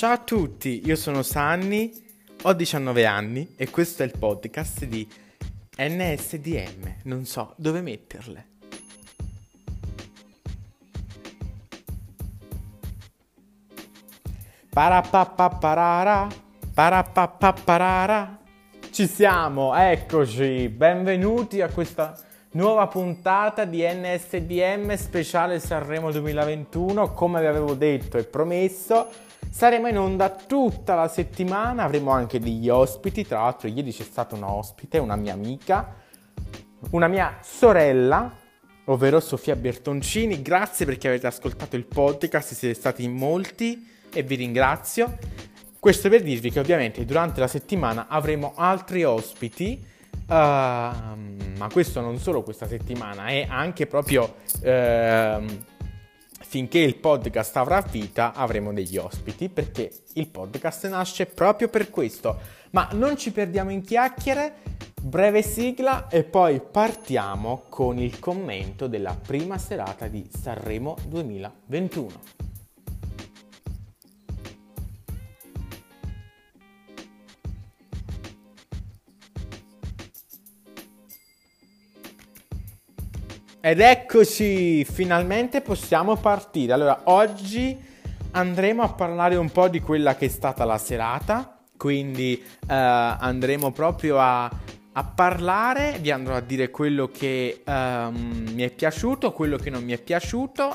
Ciao a tutti, io sono Sanni, ho 19 anni e questo è il podcast di NSDM, non so dove metterle. Parapappaparara, parapappaparara. Ci siamo, eccoci, benvenuti a questa nuova puntata di NSDM speciale Sanremo 2021. Come vi avevo detto e promesso, saremo in onda tutta la settimana, avremo anche degli ospiti. Tra l'altro ieri c'è stata una ospite, una mia amica, una mia sorella, ovvero Sofia Bertoncini. Grazie perché avete ascoltato il podcast, siete stati in molti e vi ringrazio. Questo per dirvi che ovviamente durante la settimana avremo altri ospiti, ma questo non solo questa settimana, è anche proprio finché il podcast avrà vita avremo degli ospiti, perché il podcast nasce proprio per questo. Ma non ci perdiamo in chiacchiere, breve sigla e poi partiamo con il commento della prima serata di Sanremo 2021. Ed eccoci, finalmente possiamo partire. Allora, oggi andremo a parlare un po' di quella che è stata la serata, quindi andremo proprio a parlare, vi andrò a dire quello che mi è piaciuto, quello che non mi è piaciuto,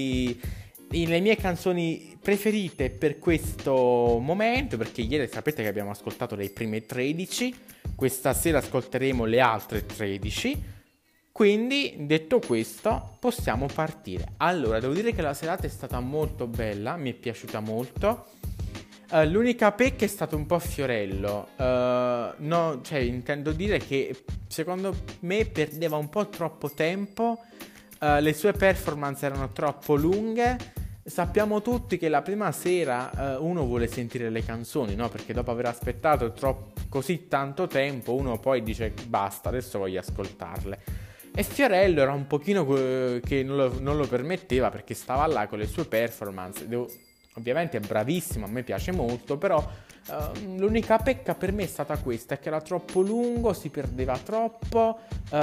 le mie canzoni preferite per questo momento, perché ieri sapete che abbiamo ascoltato le prime 13, questa sera ascolteremo le altre 13. Quindi, detto questo, possiamo partire. Allora, devo dire che la serata è stata molto bella, mi è piaciuta molto. L'unica pecca è stato un po' Fiorello. No, cioè, intendo dire che secondo me perdeva un po' troppo tempo. Le sue performance erano troppo lunghe. Sappiamo tutti che la prima sera uno vuole sentire le canzoni, no? Perché dopo aver aspettato così tanto tempo, uno poi dice basta, adesso voglio ascoltarle. E Fiorello era un pochino che non lo permetteva, perché stava là con le sue performance. Ovviamente è bravissimo, a me piace molto, però l'unica pecca per me è stata questa, è che era troppo lungo, si perdeva troppo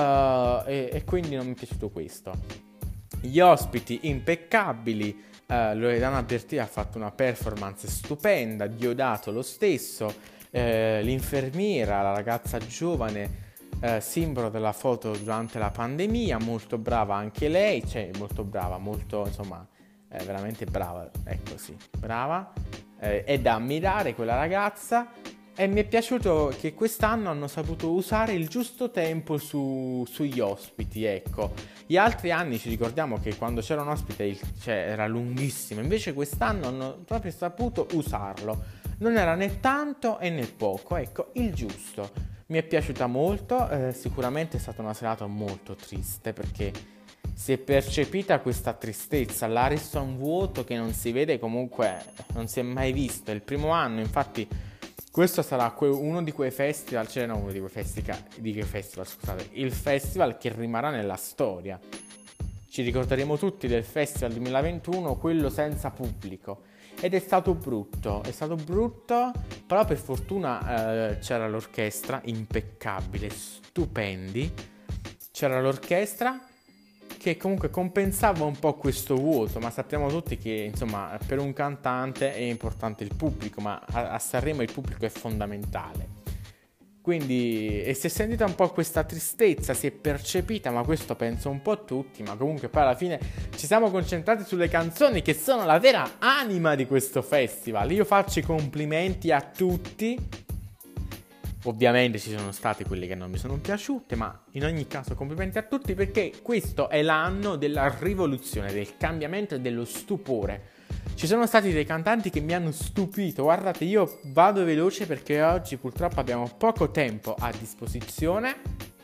e quindi non mi è piaciuto questo. Gli ospiti impeccabili, Loredana Bertì ha fatto una performance stupenda, Diodato lo stesso, l'infermiera, la ragazza giovane, simbolo della foto durante la pandemia, molto brava anche lei, cioè molto brava, molto insomma veramente brava, ecco sì, brava, è da ammirare quella ragazza. E mi è piaciuto che quest'anno hanno saputo usare il giusto tempo sugli ospiti, ecco. Gli altri anni ci ricordiamo che quando c'era un ospite era lunghissimo, invece quest'anno hanno proprio saputo usarlo, non era né tanto e né poco, ecco, il giusto. Mi è piaciuta molto, sicuramente è stata una serata molto triste, perché si è percepita questa tristezza, l'Ariston vuoto che non si vede, comunque non si è mai visto. È il primo anno, infatti questo sarà uno di quei festival, cioè no, uno di quei festival, scusate, il festival che rimarrà nella storia. Ci ricorderemo tutti del festival 2021, quello senza pubblico. Ed è stato brutto, però per fortuna c'era l'orchestra, impeccabile, stupendi. C'era l'orchestra che comunque compensava un po' questo vuoto, ma sappiamo tutti che insomma per un cantante è importante il pubblico, ma a Sanremo il pubblico è fondamentale. Quindi si è sentita un po' questa tristezza, si è percepita, ma questo penso un po' tutti, ma comunque poi alla fine ci siamo concentrati sulle canzoni che sono la vera anima di questo festival. Io faccio i complimenti a tutti. Ovviamente ci sono state quelle che non mi sono piaciute, ma in ogni caso complimenti a tutti, perché questo è l'anno della rivoluzione, del cambiamento e dello stupore. Ci sono stati dei cantanti che mi hanno stupito. Guardate, io vado veloce perché oggi purtroppo abbiamo poco tempo a disposizione.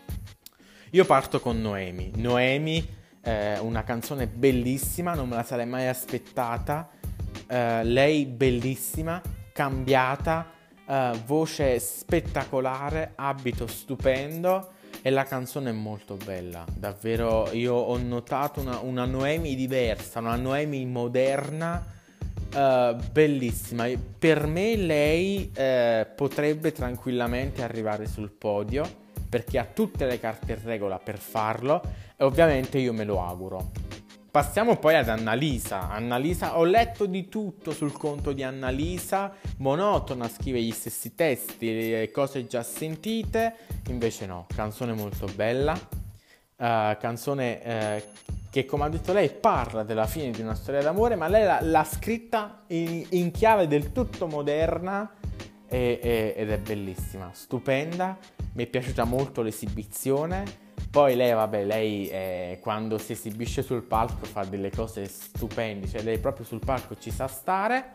Io parto con Noemi. Noemi, una canzone bellissima, non me la sarei mai aspettata. Lei bellissima, cambiata, voce spettacolare, abito stupendo. E la canzone è molto bella, davvero. Io ho notato una Noemi diversa, una Noemi moderna, bellissima. Per me lei potrebbe tranquillamente arrivare sul podio perché ha tutte le carte in regola per farlo e ovviamente io me lo auguro. Passiamo poi ad Annalisa. Annalisa, ho letto di tutto sul conto di Annalisa, monotona, scrive gli stessi testi, le cose già sentite, invece no, canzone molto bella, canzone che come ha detto lei parla della fine di una storia d'amore, ma lei l'ha scritta in chiave del tutto moderna ed è bellissima, stupenda, mi è piaciuta molto l'esibizione. Poi lei, vabbè, lei quando si esibisce sul palco fa delle cose stupende, cioè lei proprio sul palco ci sa stare.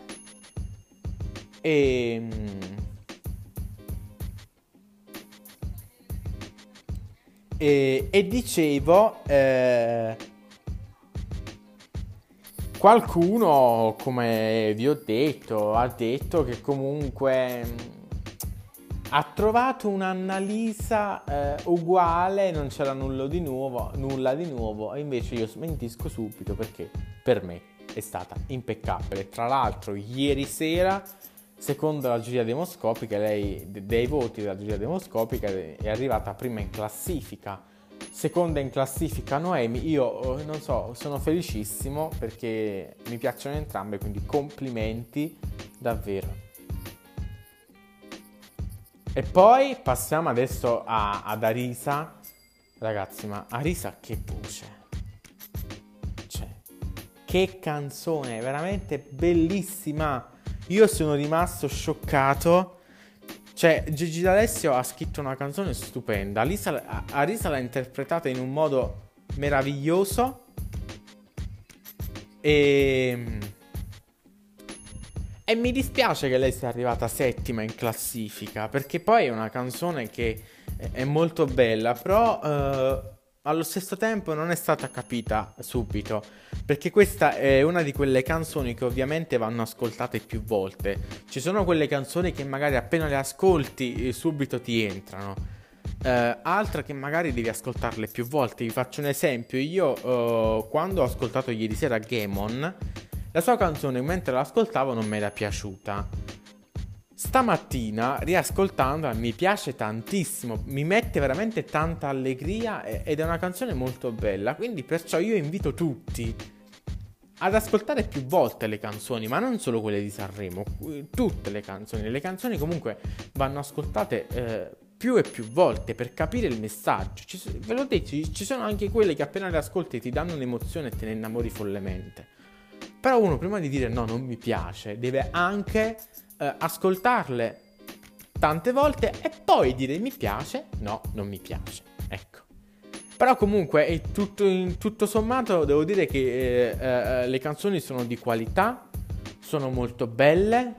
E, e dicevo, qualcuno, come vi ho detto, ha detto che comunque ha trovato un'Annalisa uguale, non c'era nulla di nuovo, e invece io smentisco subito perché per me è stata impeccabile. Tra l'altro ieri sera, secondo la giuria demoscopica, lei dei voti della giuria demoscopica è arrivata prima in classifica, seconda in classifica Noemi. Io non so, sono felicissimo perché mi piacciono entrambe, quindi complimenti davvero. E poi passiamo adesso ad Arisa. Ragazzi, ma Arisa che voce! Cioè, che canzone, veramente bellissima! Io sono rimasto scioccato. Cioè, Gigi D'Alessio ha scritto una canzone stupenda. Arisa l'ha interpretata in un modo meraviglioso. E mi dispiace che lei sia arrivata settima in classifica, perché poi è una canzone che è molto bella, però allo stesso tempo non è stata capita subito, perché questa è una di quelle canzoni che ovviamente vanno ascoltate più volte. Ci sono quelle canzoni che magari appena le ascolti subito ti entrano, altre che magari devi ascoltarle più volte. Vi faccio un esempio: io quando ho ascoltato ieri sera Gamon, la sua canzone mentre l'ascoltavo non mi era piaciuta. Stamattina, riascoltandola, mi piace tantissimo, mi mette veramente tanta allegria ed è una canzone molto bella. Quindi perciò io invito tutti ad ascoltare più volte le canzoni, ma non solo quelle di Sanremo, tutte le canzoni. Le canzoni comunque vanno ascoltate più e più volte per capire il messaggio. Ve l'ho detto, ci sono anche quelle che appena le ascolti ti danno un'emozione e te ne innamori follemente. Però uno prima di dire no, non mi piace, deve anche ascoltarle tante volte e poi dire mi piace, no, non mi piace. Ecco. Però comunque in tutto sommato devo dire che le canzoni sono di qualità, sono molto belle,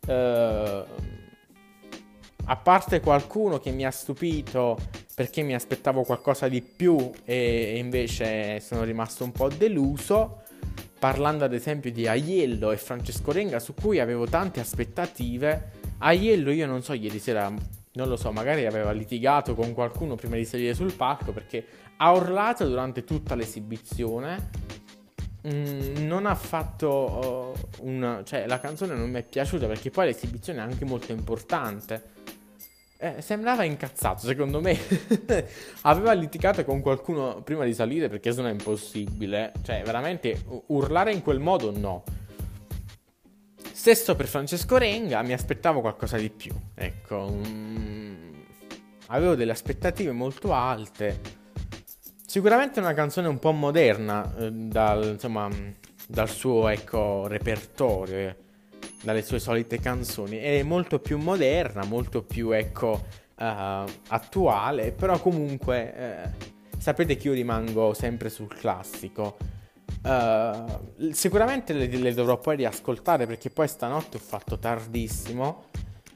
a parte qualcuno che mi ha stupito perché mi aspettavo qualcosa di più e invece sono rimasto un po' deluso, parlando ad esempio di Aiello e Francesco Renga, su cui avevo tante aspettative. Aiello, io non so, ieri sera, non lo so, magari aveva litigato con qualcuno prima di salire sul palco perché ha urlato durante tutta l'esibizione. Non ha fatto cioè la canzone non mi è piaciuta perché poi l'esibizione è anche molto importante. Sembrava incazzato, secondo me. Aveva litigato con qualcuno prima di salire perché sennò è impossibile. Cioè, veramente urlare in quel modo no. Stesso per Francesco Renga, mi aspettavo qualcosa di più. Ecco, avevo delle aspettative molto alte. Sicuramente una canzone un po' moderna dal suo, ecco, repertorio, dalle sue solite canzoni. È molto più moderna, molto più, ecco, attuale, però comunque sapete che io rimango sempre sul classico. Sicuramente le dovrò poi riascoltare perché poi stanotte ho fatto tardissimo.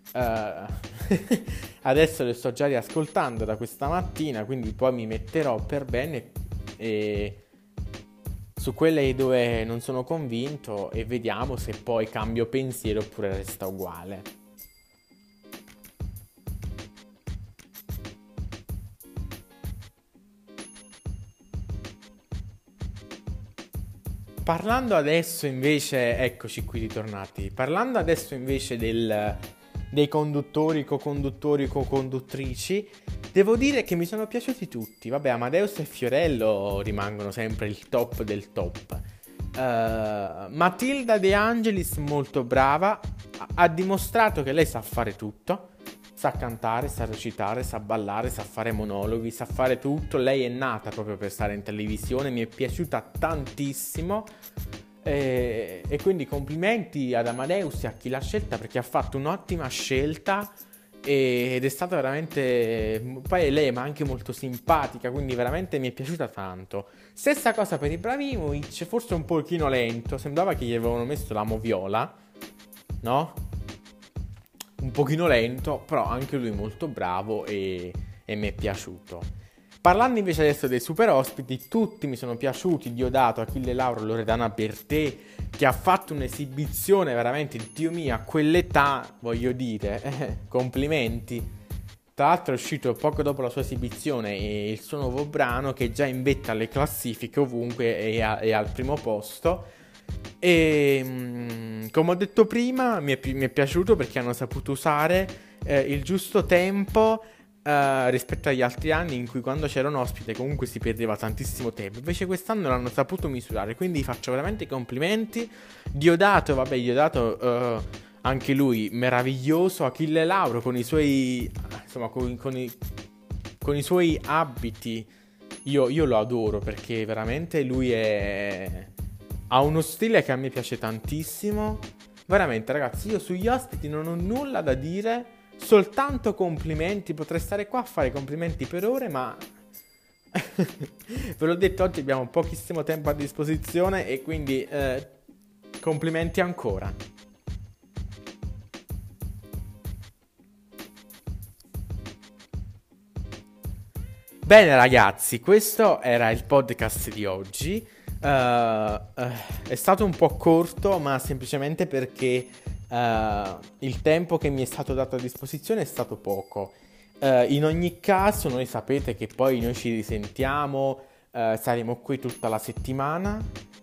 Adesso le sto già riascoltando da questa mattina, quindi poi mi metterò per bene e su quelle dove non sono convinto e vediamo se poi cambio pensiero oppure resta uguale. Parlando adesso invece, eccoci qui ritornati, parlando adesso invece dei conduttori, co-conduttori, co-conduttrici, devo dire che mi sono piaciuti tutti. Vabbè, Amadeus e Fiorello rimangono sempre il top del top. Matilda De Angelis molto brava, ha dimostrato che lei sa fare tutto, sa cantare, sa recitare, sa ballare, sa fare monologhi, sa fare tutto. Lei è nata proprio per stare in televisione, mi è piaciuta tantissimo e quindi complimenti ad Amadeus e a chi l'ha scelta, perché ha fatto un'ottima scelta ed è stata veramente, poi lei è anche molto simpatica, quindi veramente mi è piaciuta tanto. Stessa cosa per Ibrahimovic, forse un pochino lento, sembrava che gli avevano messo la moviola, no? Un pochino lento, però anche lui molto bravo e mi è piaciuto. Parlando invece adesso dei super ospiti, tutti mi sono piaciuti: Diodato, Achille Lauro, Loredana Bertè, che ha fatto un'esibizione veramente, Dio mio, a quell'età, voglio dire, complimenti. Tra l'altro è uscito poco dopo la sua esibizione il suo nuovo brano, che è già in vetta alle classifiche ovunque, è al primo posto. E come ho detto prima, mi è piaciuto perché hanno saputo usare il giusto tempo rispetto agli altri anni in cui, quando c'era un ospite, comunque si perdeva tantissimo tempo. Invece quest'anno l'hanno saputo misurare, quindi faccio veramente complimenti. Diodato, vabbè, Diodato anche lui meraviglioso. Achille Lauro con i suoi, insomma, con i suoi abiti, io lo adoro, perché veramente lui ha uno stile che a me piace tantissimo. Veramente, ragazzi, io sugli ospiti non ho nulla da dire, soltanto complimenti. Potrei stare qua a fare complimenti per ore, ma ve l'ho detto, oggi abbiamo pochissimo tempo a disposizione e quindi complimenti ancora. Bene ragazzi, questo era il podcast di oggi. È stato un po' corto, ma semplicemente perché il tempo che mi è stato dato a disposizione è stato poco. In ogni caso, noi sapete che poi noi ci risentiamo, saremo qui tutta la settimana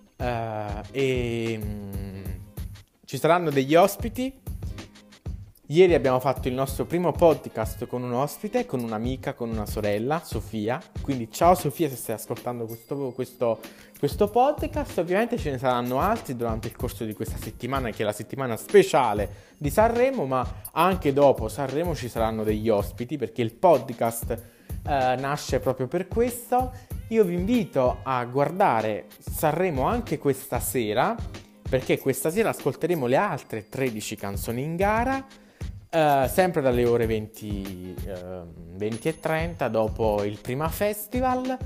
e ci saranno degli ospiti. Ieri abbiamo fatto il nostro primo podcast con un ospite, con un'amica, con una sorella, Sofia. Quindi ciao Sofia, se stai ascoltando questo podcast. Ovviamente ce ne saranno altri durante il corso di questa settimana, che è la settimana speciale di Sanremo, ma anche dopo Sanremo ci saranno degli ospiti, perché il podcast nasce proprio per questo. Io vi invito a guardare Sanremo anche questa sera, perché questa sera ascolteremo le altre 13 canzoni in gara. Sempre dalle ore 20:30 dopo il Prima Festival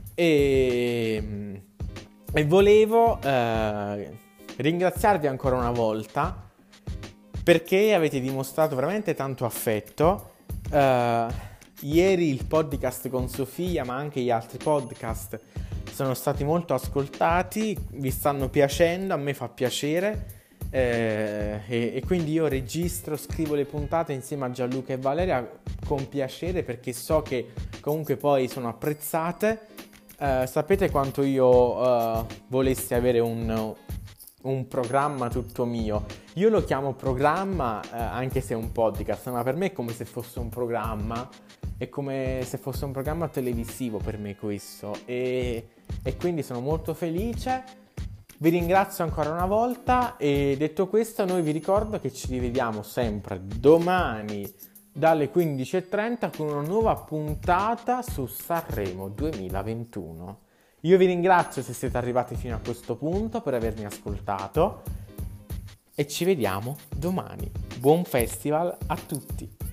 e volevo ringraziarvi ancora una volta, perché avete dimostrato veramente tanto affetto. Ieri il podcast con Sofia, ma anche gli altri podcast, sono stati molto ascoltati, vi stanno piacendo, a me fa piacere. E quindi io registro, scrivo le puntate insieme a Gianluca e Valeria con piacere, perché so che comunque poi sono apprezzate. Sapete quanto io volessi avere un programma tutto mio. Io lo chiamo programma, anche se è un podcast, ma per me è come se fosse un programma, è come se fosse un programma televisivo per me questo, e quindi sono molto felice. Vi ringrazio ancora una volta e detto questo, noi vi ricordo che ci rivediamo sempre domani dalle 15:30 con una nuova puntata su Sanremo 2021. Io vi ringrazio se siete arrivati fino a questo punto, per avermi ascoltato, e ci vediamo domani. Buon festival a tutti!